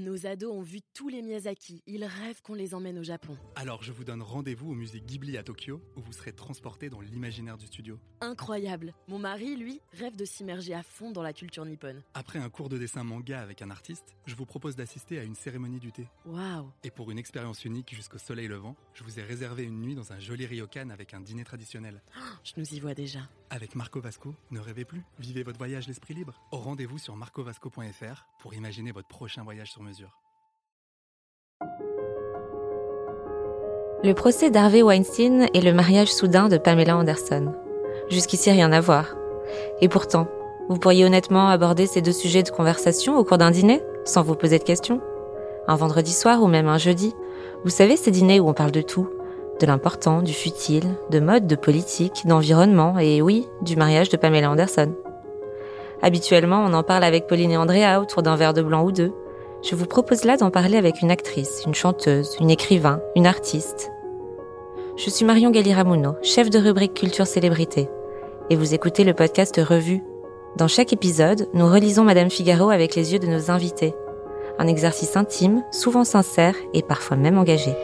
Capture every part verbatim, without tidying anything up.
Nos ados ont vu tous les Miyazaki. Ils rêvent qu'on les emmène au Japon. Alors je vous donne rendez-vous au musée Ghibli à Tokyo, où vous serez transportés dans l'imaginaire du studio. Incroyable. Mon mari, lui, rêve de s'immerger à fond dans la culture nippone. Après un cours de dessin manga avec un artiste, je vous propose d'assister à une cérémonie du thé. Waouh. Et pour une expérience unique jusqu'au soleil levant, je vous ai réservé une nuit dans un joli ryokan avec un dîner traditionnel. Oh, je nous y vois déjà. Avec Marco Vasco, ne rêvez plus, vivez votre voyage l'esprit libre. Au rendez-vous sur marco vasco point f r pour imaginer votre prochain voyage sur mesure. Le procès d'Harvey Weinstein et le mariage soudain de Pamela Anderson. Jusqu'ici, rien à voir. Et pourtant, vous pourriez honnêtement aborder ces deux sujets de conversation au cours d'un dîner, sans vous poser de questions. Un vendredi soir ou même un jeudi. Vous savez, ces dîners où on parle de tout. De l'important, du futile, de mode, de politique, d'environnement et oui, du mariage de Pamela Anderson. Habituellement, on en parle avec Pauline et Andrea autour d'un verre de blanc ou deux. Je vous propose là d'en parler avec une actrice, une chanteuse, une écrivain, une artiste. Je suis Marion Galli-Ramuno, chef de rubrique Culture Célébrité, et vous écoutez le podcast Revue. Dans chaque épisode, nous relisons Madame Figaro avec les yeux de nos invités. Un exercice intime, souvent sincère et parfois même engagé.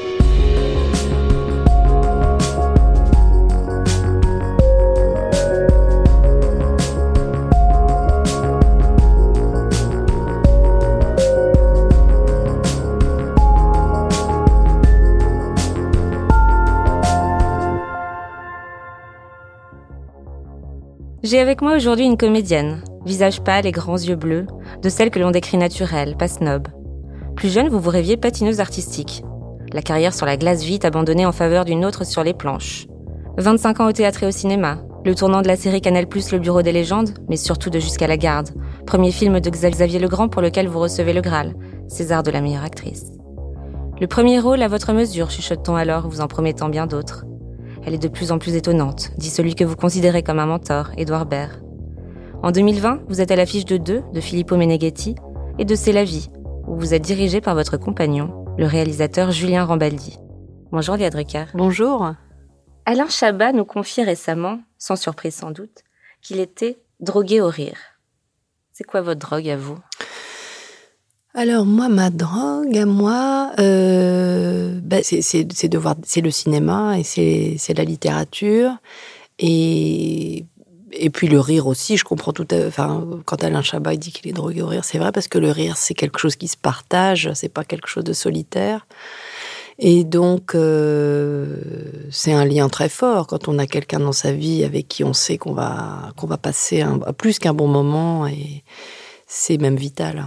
J'ai avec moi aujourd'hui une comédienne, visage pâle et grands yeux bleus, de celles que l'on décrit naturelles, pas snob. Plus jeune, vous vous rêviez patineuse artistique. La carrière sur la glace vite abandonnée en faveur d'une autre sur les planches. vingt-cinq ans au théâtre et au cinéma, le tournant de la série Canal+, Le Bureau des légendes, mais surtout de Jusqu'à la garde, premier film de Xavier Legrand pour lequel vous recevez le Graal, César de la meilleure actrice. Le premier rôle à votre mesure, chuchote-t-on alors, vous en promettant bien d'autres. Elle est de plus en plus étonnante, dit celui que vous considérez comme un mentor, Édouard Baird. En deux mille vingt, vous êtes à l'affiche de Deux, de Filippo Meneghetti, et de C'est la vie, où vous êtes dirigé par votre compagnon, le réalisateur Julien Rambaldi. Bonjour Léa Drucker. Bonjour. Alain Chabat nous confie récemment, sans surprise sans doute, qu'il était drogué au rire. C'est quoi votre drogue à vous ? Alors moi, ma drogue à moi, euh, bah c'est, c'est, c'est de voir, c'est le cinéma et c'est, c'est la littérature et et puis le rire aussi. Je comprends tout. À, enfin, quand Alain Chabat dit qu'il est drogué au rire, c'est vrai parce que le rire c'est quelque chose qui se partage, c'est pas quelque chose de solitaire. Et donc euh, c'est un lien très fort quand on a quelqu'un dans sa vie avec qui on sait qu'on va qu'on va passer un, plus qu'un bon moment et c'est même vital.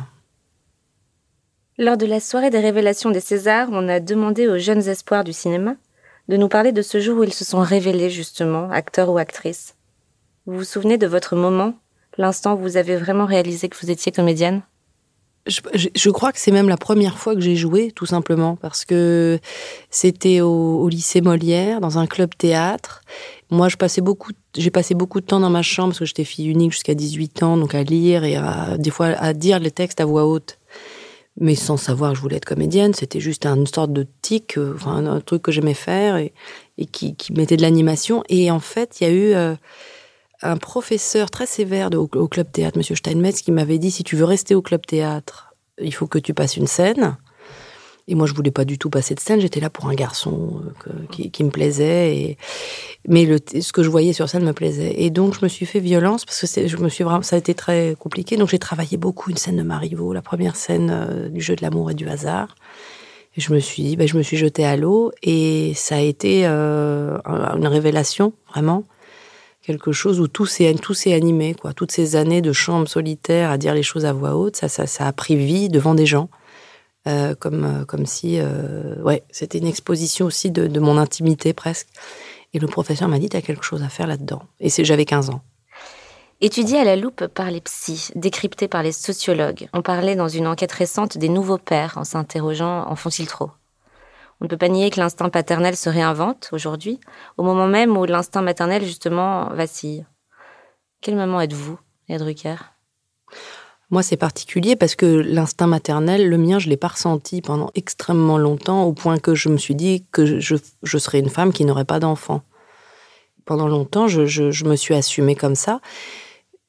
Lors de la soirée des révélations des Césars, on a demandé aux jeunes espoirs du cinéma de nous parler de ce jour où ils se sont révélés justement, acteurs ou actrices. Vous vous souvenez de votre moment, l'instant où vous avez vraiment réalisé que vous étiez comédienne ? Je, je, je crois que c'est même la première fois que j'ai joué, tout simplement, parce que c'était au, au lycée Molière, dans un club théâtre. Moi, je passais beaucoup, j'ai passé beaucoup de temps dans ma chambre, parce que j'étais fille unique jusqu'à dix-huit ans, donc à lire et à, des fois à dire les textes à voix haute. Mais sans savoir que je voulais être comédienne, c'était juste une sorte de tic, euh, enfin, un truc que j'aimais faire et, et qui, qui mettait de l'animation. Et en fait, il y a eu euh, un professeur très sévère de, au, au club théâtre, Monsieur Steinmetz, qui m'avait dit, si tu veux rester au club théâtre, il faut que tu passes une scène. Et moi, je voulais pas du tout passer de scène. J'étais là pour un garçon euh, que, qui, qui me plaisait. Et... Mais le, ce que je voyais sur scène me plaisait. Et donc, je me suis fait violence parce que c'est, je me suis vraiment, ça a été très compliqué. Donc, j'ai travaillé beaucoup une scène de Marivaux, la première scène euh, du jeu de l'amour et du hasard. Et je me suis dit, ben, je me suis jetée à l'eau. Et ça a été euh, une révélation, vraiment. Quelque chose où tout s'est, tout s'est animé, quoi. Toutes ces années de chambre solitaire à dire les choses à voix haute, ça, ça, ça a pris vie devant des gens. Euh, comme, euh, comme si euh, ouais, c'était une exposition aussi de, de mon intimité presque. Et le professeur m'a dit, t'as quelque chose à faire là-dedans. Et c'est, j'avais quinze ans. Étudié à la loupe par les psys, décrypté par les sociologues, on parlait dans une enquête récente des nouveaux pères en s'interrogeant en font-ils trop ? On ne peut pas nier que l'instinct paternel se réinvente aujourd'hui, au moment même où l'instinct maternel justement vacille. Quelle maman êtes-vous, Léa Drucker ? Moi, c'est particulier parce que l'instinct maternel, le mien, je l'ai pas ressenti pendant extrêmement longtemps, au point que je me suis dit que je, je, je serais une femme qui n'aurait pas d'enfant. Pendant longtemps, je, je, je me suis assumée comme ça.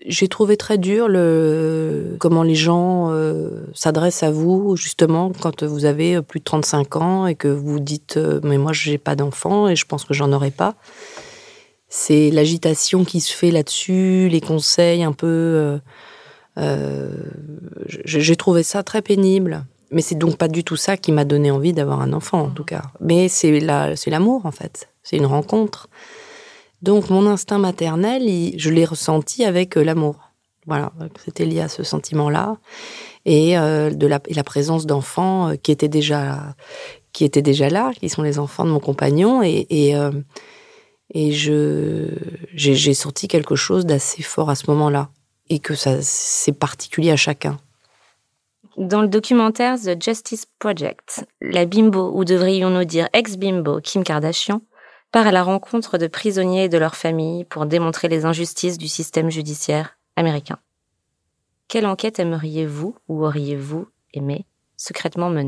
J'ai trouvé très dur le comment les gens euh, s'adressent à vous, justement, quand vous avez plus de trente-cinq ans et que vous dites euh, « mais moi, j'ai pas d'enfant et je pense que j'en aurai pas ». C'est l'agitation qui se fait là-dessus, les conseils un peu... Euh, euh, j'ai trouvé ça très pénible. Mais c'est donc pas du tout ça qui m'a donné envie d'avoir un enfant, en tout cas. Mais c'est la, c'est l'amour, en fait. C'est une rencontre. Donc, mon instinct maternel, il, je l'ai ressenti avec euh, l'amour. Voilà, c'était lié à ce sentiment-là. Et, euh, de la, et la présence d'enfants euh, qui, étaient déjà, qui étaient déjà là, qui sont les enfants de mon compagnon. Et, et, euh, et je, j'ai, j'ai senti quelque chose d'assez fort à ce moment-là. Et que ça, c'est particulier à chacun. Dans le documentaire The Justice Project, la bimbo, ou devrions-nous dire ex-bimbo, Kim Kardashian, part à la rencontre de prisonniers et de leurs familles pour démontrer les injustices du système judiciaire américain. Quelle enquête aimeriez-vous ou auriez-vous aimé secrètement mener ?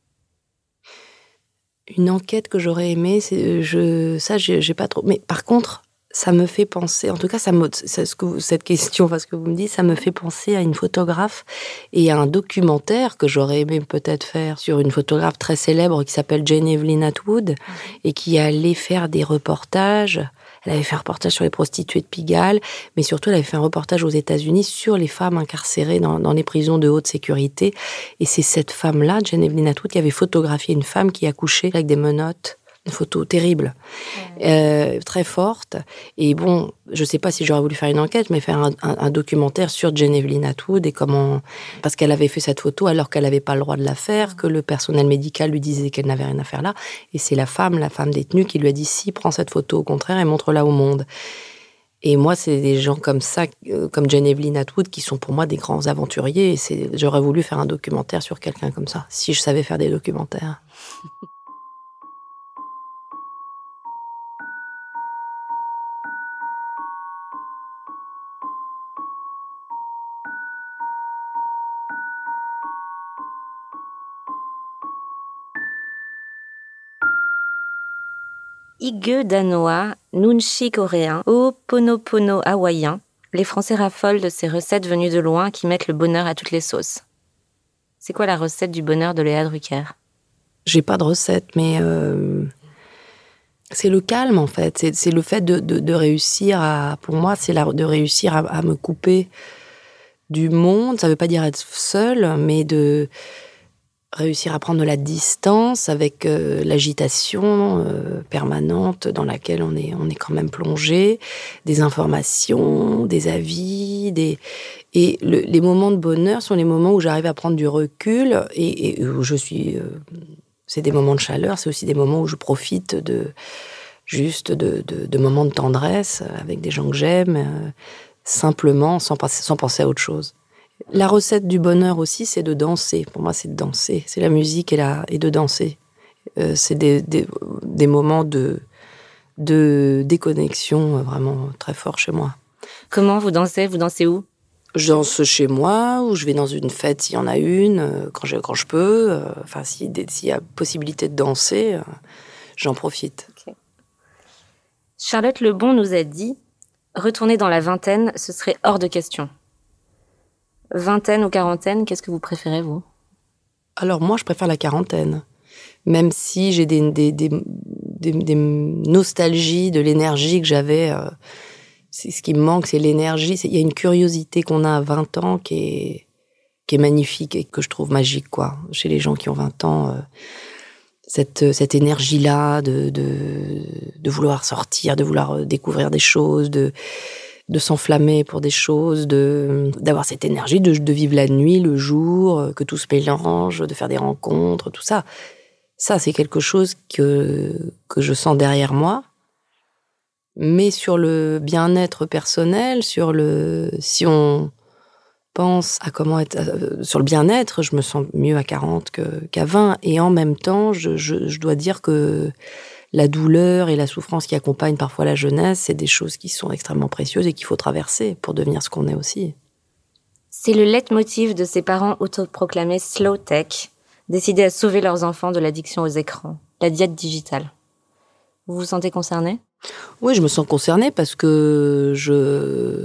Une enquête que j'aurais aimée, c'est, je, ça, j'ai, j'ai pas trop... Mais par contre, ça me fait penser... En tout cas, ça me, ça, ce que vous, cette question, parce que vous me dites, ça me fait penser à une photographe et à un documentaire que j'aurais aimé peut-être faire sur une photographe très célèbre qui s'appelle Jane Evelyn Atwood et qui allait faire des reportages. Elle avait fait un reportage sur les prostituées de Pigalle, mais surtout, elle avait fait un reportage aux États-Unis sur les femmes incarcérées dans, dans les prisons de haute sécurité. Et c'est cette femme-là, Jane Evelyn Atwood, qui avait photographié une femme qui accouchait avec des menottes. Une photo terrible, euh, très forte. Et bon, je sais pas si j'aurais voulu faire une enquête, mais faire un, un, un documentaire sur Jane Evelyn Atwood et comment... Parce qu'elle avait fait cette photo alors qu'elle n'avait pas le droit de la faire, que le personnel médical lui disait qu'elle n'avait rien à faire là. Et c'est la femme, la femme détenue, qui lui a dit « Si, prends cette photo, au contraire, et montre-la au monde ». Et moi, c'est des gens comme ça, euh, comme Jane Evelyn Atwood, qui sont pour moi des grands aventuriers. Et c'est, j'aurais voulu faire un documentaire sur quelqu'un comme ça, si je savais faire des documentaires. Hygge danois, nunchi coréen, ho'oponopono hawaïen, les Français raffolent de ces recettes venues de loin qui mettent le bonheur à toutes les sauces. C'est quoi la recette du bonheur de Léa Drucker ? J'ai pas de recette, mais euh, c'est le calme en fait. C'est, c'est le fait de, de, de réussir à, pour moi, c'est la, de réussir à, à me couper du monde. Ça veut pas dire être seule, mais de réussir à prendre de la distance avec euh, l'agitation euh, permanente dans laquelle on est, on est quand même plongé, des informations, des avis, des... et le, les moments de bonheur sont les moments où j'arrive à prendre du recul et, et où je suis... Euh, c'est des moments de chaleur, c'est aussi des moments où je profite de juste de, de, de moments de tendresse avec des gens que j'aime, euh, simplement, sans, sans penser à autre chose. La recette du bonheur aussi, c'est de danser. Pour moi, c'est de danser. C'est la musique et, la, et de danser. Euh, c'est des, des, des moments de, de déconnexion vraiment très forts chez moi. Comment vous dansez ? Vous dansez où ? Je danse chez moi, ou je vais dans une fête s'il y en a une, quand je, quand je peux. Euh, enfin, s'il y a possibilité de danser, euh, j'en profite. Okay. Charlotte Lebon nous a dit « Retourner dans la vingtaine, ce serait hors de question ». Vingtaine ou quarantaine, qu'est-ce que vous préférez, vous ? Alors, moi, je préfère la quarantaine. Même si j'ai des, des, des, des, des nostalgies de l'énergie que j'avais. Euh, c'est, ce qui me manque, c'est l'énergie. Il y a une curiosité qu'on a à vingt ans qui est, qui est magnifique et que je trouve magique, quoi. Chez les gens qui ont vingt ans, euh, cette, cette énergie-là de, de, de vouloir sortir, de vouloir découvrir des choses, de... de s'enflammer pour des choses, de d'avoir cette énergie, de, de vivre la nuit, le jour, que tout se mélange, de faire des rencontres, tout ça. Ça, c'est quelque chose que, que je sens derrière moi. Mais sur le bien-être personnel, sur le... Si on pense à comment être... Euh, sur le bien-être, je me sens mieux à quarante que, qu'à vingt. Et en même temps, je, je, je dois dire que la douleur et la souffrance qui accompagnent parfois la jeunesse, c'est des choses qui sont extrêmement précieuses et qu'il faut traverser pour devenir ce qu'on est aussi. C'est le leitmotiv de ces parents autoproclamés slow tech, décidés à sauver leurs enfants de l'addiction aux écrans, la diète digitale. Vous vous sentez concerné ? Oui, je me sens concernée parce que je,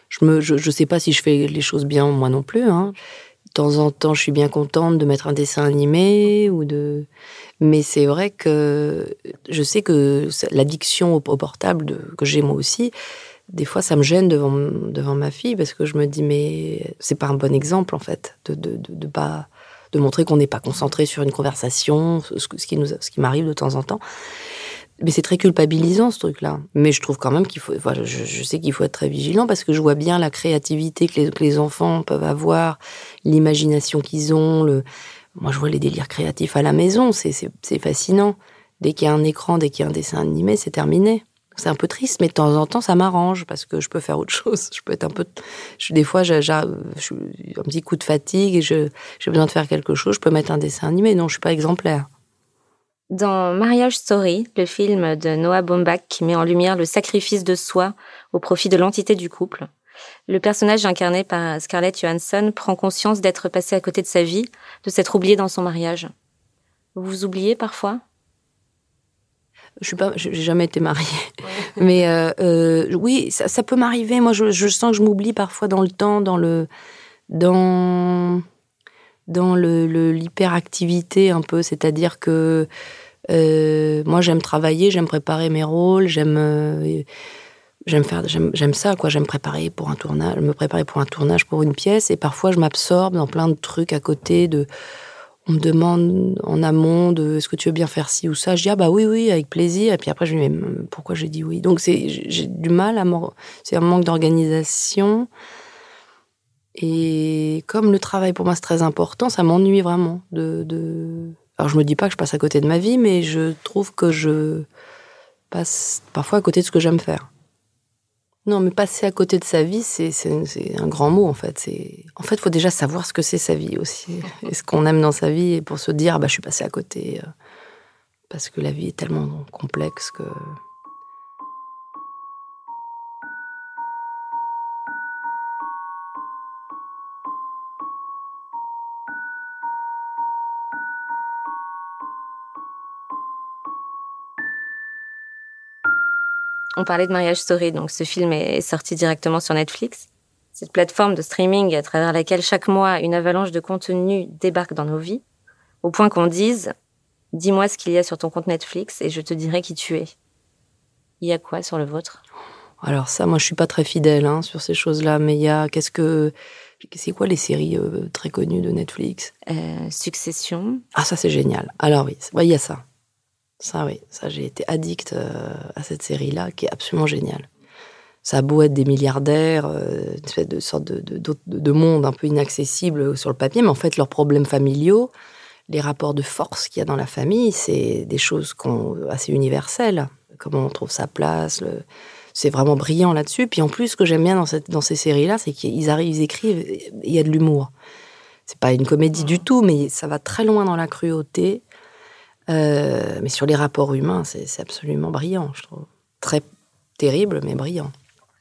Je me, je, je sais pas si je fais les choses bien, moi non plus, hein. De temps en temps, je suis bien contente de mettre un dessin animé ou de... Mais c'est vrai que je sais que l'addiction au, au portable de, que j'ai moi aussi, des fois, ça me gêne devant, devant ma fille parce que je me dis, mais c'est pas un bon exemple, en fait, de, de, de, de, pas, de montrer qu'on n'est pas concentré sur une conversation, ce, ce, qui nous, ce qui m'arrive de temps en temps. Mais c'est très culpabilisant, ce truc-là. Mais je trouve quand même qu'il faut... Voilà, je, je sais qu'il faut être très vigilant parce que je vois bien la créativité que les, que les enfants peuvent avoir, l'imagination qu'ils ont. Le... Moi, je vois les délires créatifs à la maison. C'est, c'est, c'est fascinant. Dès qu'il y a un écran, dès qu'il y a un dessin animé, c'est terminé. C'est un peu triste, mais de temps en temps, ça m'arrange parce que je peux faire autre chose. Je peux être un peu... Je, des fois, j'ai, j'ai un petit coup de fatigue et je, j'ai besoin de faire quelque chose. Je peux mettre un dessin animé. Non, je suis pas exemplaire. Dans Marriage Story, le film de Noah Baumbach qui met en lumière le sacrifice de soi au profit de l'entité du couple, le personnage incarné par Scarlett Johansson prend conscience d'être passé à côté de sa vie, de s'être oublié dans son mariage. Vous vous oubliez parfois ? Je suis pas, j'ai jamais été mariée, mais euh, euh, oui, ça, ça peut m'arriver. Moi, je, je sens que je m'oublie parfois dans le temps, dans le, dans, dans le, le l'hyperactivité un peu. C'est-à-dire que euh, moi, j'aime travailler, j'aime préparer mes rôles, j'aime, euh, j'aime faire, j'aime, j'aime ça, quoi. J'aime préparer pour un tournage, me préparer pour un tournage, pour une pièce, et parfois je m'absorbe dans plein de trucs à côté de. On me demande en amont de est-ce que tu veux bien faire ci ou ça. Je dis ah bah oui oui avec plaisir. Et puis après je me dis mais pourquoi j'ai dit oui. Donc c'est j'ai du mal à m'or... c'est un manque d'organisation. Et comme le travail pour moi c'est très important, ça m'ennuie vraiment de, de... Alors je me dis pas que je passe à côté de ma vie, mais je trouve que je passe parfois à côté de ce que j'aime faire. Non, mais passer à côté de sa vie, c'est, c'est, c'est un grand mot, en fait. C'est... En fait, il faut déjà savoir ce que c'est sa vie aussi. Et ce qu'on aime dans sa vie, et pour se dire, bah, je suis passée à côté. Parce que la vie est tellement complexe que... On parlait de Marriage Story, donc ce film est sorti directement sur Netflix. Cette plateforme de streaming à travers laquelle chaque mois une avalanche de contenu débarque dans nos vies, au point qu'on dise « Dis-moi ce qu'il y a sur ton compte Netflix et je te dirai qui tu es ». Il y a quoi sur le vôtre ? Alors ça, moi je suis pas très fidèle hein, sur ces choses-là, mais il y a... Qu'est-ce que... C'est quoi les séries euh, très connues de Netflix ? euh, Succession. Ah ça c'est génial. Alors oui, il y a ça. Ça, oui. Ça, j'ai été addict euh, à cette série-là, qui est absolument géniale. Ça a beau être des milliardaires, euh, une espèce de sorte de, de, de, de monde un peu inaccessible sur le papier, mais en fait, leurs problèmes familiaux, les rapports de force qu'il y a dans la famille, c'est des choses qu'on, assez universelles. Comment on trouve sa place, le... c'est vraiment brillant là-dessus. Puis en plus, ce que j'aime bien dans, cette, dans ces séries-là, c'est qu'ils arrivent, ils écrivent, il y a de l'humour. C'est pas une comédie du tout, mais ça va très loin dans la cruauté. Euh, mais sur les rapports humains, c'est, c'est absolument brillant, je trouve. Très terrible, mais brillant.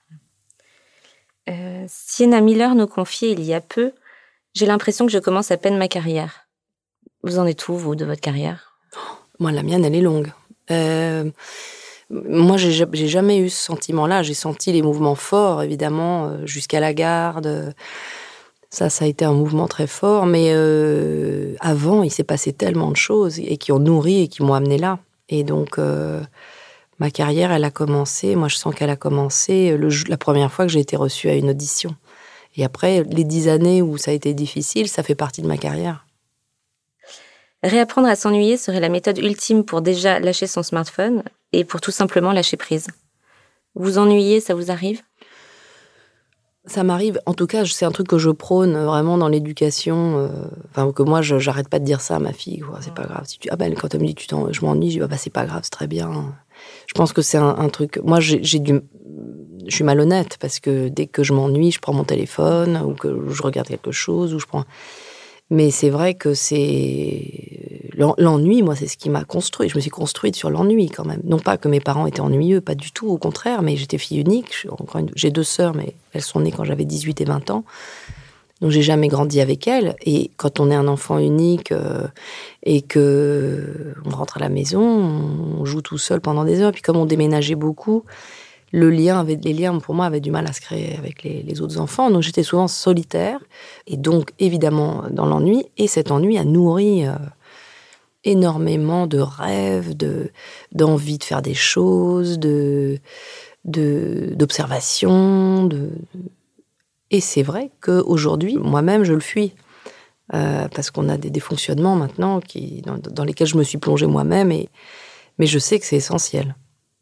Euh, Sienna Miller nous confiait il y a peu « J'ai l'impression que je commence à peine ma carrière ». Vous en êtes où, vous, de votre carrière ? Moi, la mienne, elle est longue. Euh, moi, j'ai, j'ai jamais eu ce sentiment-là. J'ai senti les mouvements forts, évidemment, jusqu'à la garde. Ça, ça a été un mouvement très fort, mais euh, avant, il s'est passé tellement de choses et qui ont nourri et qui m'ont amené là. Et donc, euh, ma carrière, elle a commencé, moi je sens qu'elle a commencé le, la première fois que j'ai été reçue à une audition. Et après, les dix années où ça a été difficile, ça fait partie de ma carrière. Réapprendre à s'ennuyer serait la méthode ultime pour déjà lâcher son smartphone et pour tout simplement lâcher prise. Vous ennuyez, ça vous arrive ? Ça m'arrive, en tout cas, c'est un truc que je prône vraiment dans l'éducation. Euh, enfin, que moi, je, j'arrête pas de dire ça à ma fille. Quoi. C'est pas grave. Si tu, ah ben, quand elle me dit tu t'en, je m'ennuie, je dis ah bah, c'est pas grave, c'est très bien. Je pense que c'est un, un truc. Moi, j'ai, j'ai du, je suis malhonnête parce que dès que je m'ennuie, je prends mon téléphone ou que je regarde quelque chose ou je prends. Mais c'est vrai que c'est l'ennui. Moi, c'est ce qui m'a construit. Je me suis construite sur l'ennui quand même. Non pas que mes parents étaient ennuyeux, pas du tout. Au contraire, mais j'étais fille unique. J'ai deux sœurs, mais elles sont nées quand j'avais dix-huit et vingt ans. Donc, j'ai jamais grandi avec elles. Et quand on est un enfant unique euh, et que on rentre à la maison, on joue tout seul pendant des heures. Puis comme on déménageait beaucoup, le lien avait, les liens pour moi avaient du mal à se créer avec les, les autres enfants. Donc j'étais souvent solitaire. Et donc, évidemment, dans l'ennui. Et cet ennui a nourri euh, énormément de rêves, de, d'envie de faire des choses, de, de, d'observation. De... Et c'est vrai qu'aujourd'hui, moi-même, je le fuis. Euh, parce qu'on a des, des fonctionnements maintenant qui, dans, dans lesquels je me suis plongée moi-même. Et, mais je sais que c'est essentiel.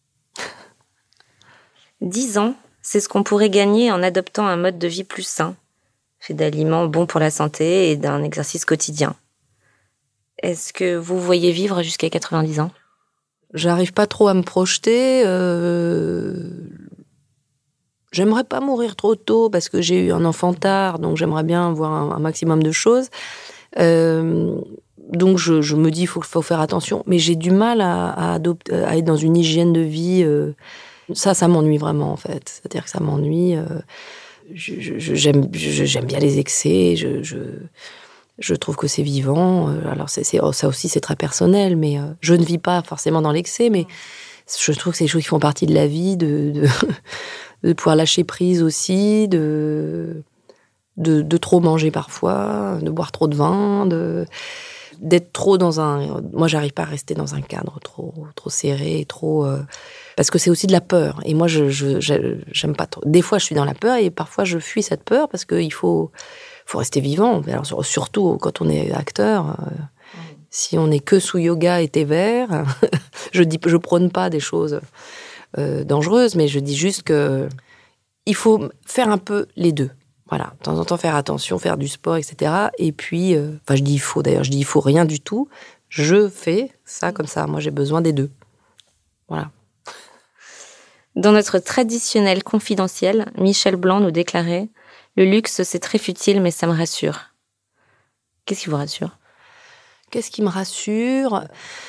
Dix ans, c'est ce qu'on pourrait gagner en adoptant un mode de vie plus sain, fait d'aliments bons pour la santé et d'un exercice quotidien. Est-ce que vous voyez vivre jusqu'à quatre-vingt-dix ans ? J'arrive pas trop à me projeter. Euh... J'aimerais pas mourir trop tôt parce que j'ai eu un enfant tard, donc j'aimerais bien voir un, un maximum de choses. Euh... Donc je, je me dis qu'il faut, faut faire attention, mais j'ai du mal à, à, adopter, à être dans une hygiène de vie... Euh... Ça, ça m'ennuie vraiment, en fait. C'est-à-dire que ça m'ennuie. Euh, je, je, j'aime, je, j'aime bien les excès. Je, je, je trouve que c'est vivant. Alors, c'est, c'est, ça aussi, c'est très personnel. Mais euh, je ne vis pas forcément dans l'excès. Mais je trouve que c'est des choses qui font partie de la vie. De, de, de pouvoir lâcher prise aussi. De, de, de trop manger parfois. De boire trop de vin. De... d'être trop dans un... Moi, j'arrive pas à rester dans un cadre trop, trop serré, trop... Euh... Parce que c'est aussi de la peur. Et moi, je, je, j'aime pas trop. Des fois, je suis dans la peur et parfois, je fuis cette peur parce qu'il faut, faut rester vivant. Alors, surtout quand on est acteur. Euh, mmh. Si on n'est que sous yoga et thé vert, je dis, je prône pas des choses euh, dangereuses, mais je dis juste que il faut faire un peu les deux. Voilà, de temps en temps faire attention, faire du sport, et cetera. Et puis, euh, enfin, je dis il faut, d'ailleurs, je dis il faut rien du tout. Je fais ça comme ça. Moi, j'ai besoin des deux. Voilà. Dans notre traditionnel confidentiel, Michel Blanc nous déclarait « Le luxe, c'est très futile, mais ça me rassure ». Qu'est-ce qui vous rassure ? Qu'est-ce qui me rassure ?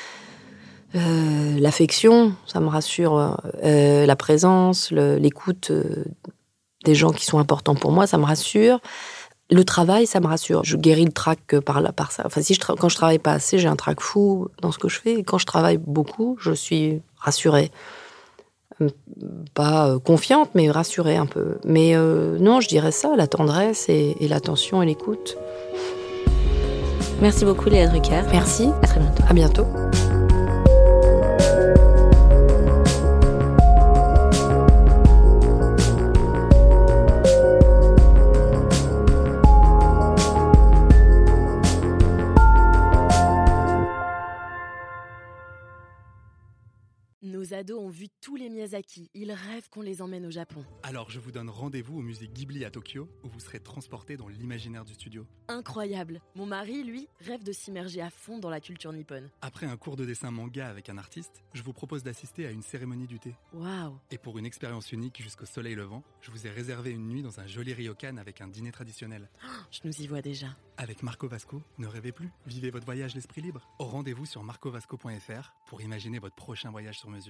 euh, L'affection, ça me rassure. Euh, la présence, le, l'écoute... Euh, des gens qui sont importants pour moi, ça me rassure. Le travail, ça me rassure. Je guéris le trac par là, par ça. Enfin, si je tra- quand je travaille pas assez, j'ai un trac fou dans ce que je fais. Et quand je travaille beaucoup, je suis rassurée. Pas euh, confiante, mais rassurée un peu. Mais euh, non, je dirais ça, la tendresse et, et l'attention et l'écoute. Merci beaucoup, Léa Drucker. Merci. À très bientôt. À bientôt. Nos ados ont vu tous les Miyazaki. Ils rêvent qu'on les emmène au Japon. Alors je vous donne rendez-vous au musée Ghibli à Tokyo, où vous serez transportés dans l'imaginaire du studio. Incroyable. Mon mari, lui, rêve de s'immerger à fond dans la culture nippone. Après un cours de dessin manga avec un artiste, je vous propose d'assister à une cérémonie du thé. Waouh. Et pour une expérience unique jusqu'au soleil levant, je vous ai réservé une nuit dans un joli ryokan avec un dîner traditionnel. Oh, je nous y vois déjà. Avec Marco Vasco, ne rêvez plus, vivez votre voyage l'esprit libre. Au rendez-vous sur marco vasco point f r pour imaginer votre prochain voyage sur mesure.